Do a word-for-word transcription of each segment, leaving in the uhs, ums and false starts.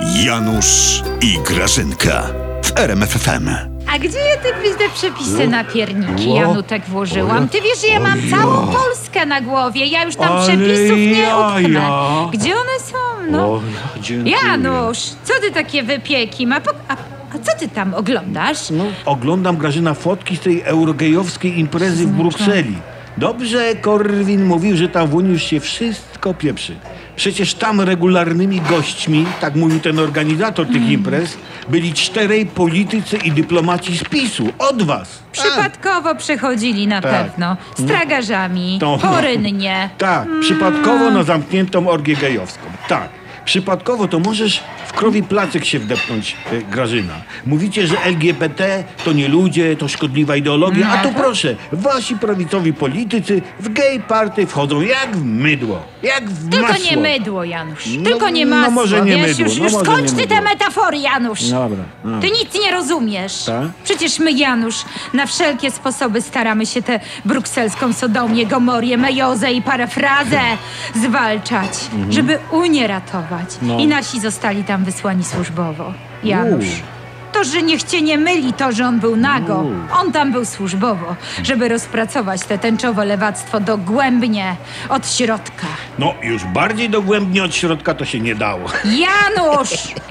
Janusz i Grażynka w R M F F M. A gdzie ja te, te przepisy na pierniki, O, Janutek, włożyłam? o, Ty wiesz, że ja mam o, całą ja. Polskę na głowie. Ja już tam Ale przepisów nie ja, utknę. ja. Gdzie one są, no? O, dziękuję. Janusz, co ty takie wypieki ma? Po, a, a co ty tam oglądasz? No, oglądam, Grażyna, fotki z tej eurogejowskiej imprezy w Brukseli. Dobrze Korwin mówił, że tam w Unii już się wszystko pieprzy. Przecież tam regularnymi gośćmi, tak mówił ten organizator tych imprez, byli czterej politycy i dyplomaci z PiSu. Od was. Przypadkowo przechodzili na Tak. pewno. Z tragarzami, To- porynnie. Tak, przypadkowo na zamkniętą orgię gejowską. Tak, przypadkowo to możesz w krowi placek się wdepnąć, e, Grażyna. Mówicie, że L G B T to nie ludzie, to szkodliwa ideologia, a tu proszę, wasi prawicowi politycy w gay party wchodzą jak w mydło, jak w Tylko masło. nie mydło, Janusz. No, Tylko nie no masło. może nie Wiesz, mydło, już, no już może skończ nie ty te mydło. metafory, Janusz. Dobra, no. Ty nic nie rozumiesz. Tak? Przecież my, Janusz, na wszelkie sposoby staramy się tę brukselską Sodomię, Gomorię, Mejozę i parafrazę zwalczać, żeby Unię ratować. No. I nasi zostali tam wysłani służbowo. Janusz. U. To, że niech cię nie myli to, że on był nago. U. On tam był służbowo, żeby rozpracować te tęczowe lewactwo dogłębnie, od środka. No, już bardziej dogłębnie od środka to się nie dało. Janusz!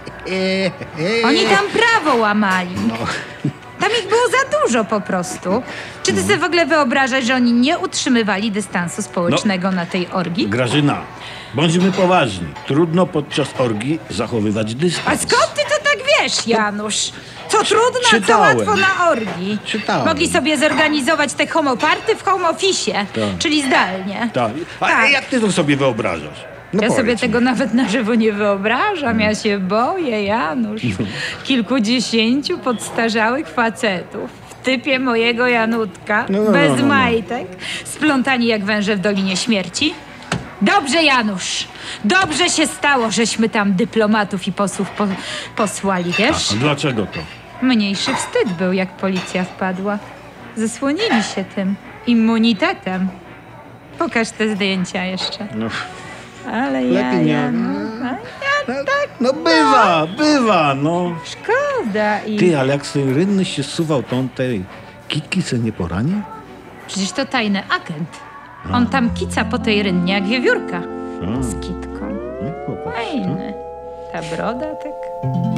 Oni tam prawo łamali. No. Tam ich było za dużo po prostu. Czy ty sobie w ogóle wyobrażasz, że oni nie utrzymywali dystansu społecznego na tej orgii? Grażyna, bądźmy poważni. Trudno podczas orgii zachowywać dystans. A skąd ty to tak wiesz, Janusz? Co trudno, a co czytałem. łatwo na orgii. Czytałem. Mogli sobie zorganizować te homoparty w home office, Tak. czyli zdalnie. Tak. A Tak. jak ty to sobie wyobrażasz? No Ja powiedz sobie mi. tego nawet na żywo nie wyobrażam. Ja się boję, Janusz. Kilkudziesięciu podstarzałych facetów w typie mojego Janutka, No, no, bez no, no, no. majtek, splątani jak węże w Dolinie Śmierci. Dobrze, Janusz. Dobrze się stało, żeśmy tam dyplomatów i posłów po posłali, wiesz? A dlaczego to? Mniejszy wstyd był, jak policja wpadła. Zasłonili się tym immunitetem. Pokaż te zdjęcia jeszcze. No, Ale ja, lepiej nie. ja, no, a ja tak No bywa, bywa, no. szkoda i... Ty, ale jak sobie rynny się zsuwał, to on tej kitki se nie porani? Przecież to tajny agent. On tam kica po tej rynnie jak wiewiórka. A. Z kitką. No, popatrz, Fajny. Ta broda tak...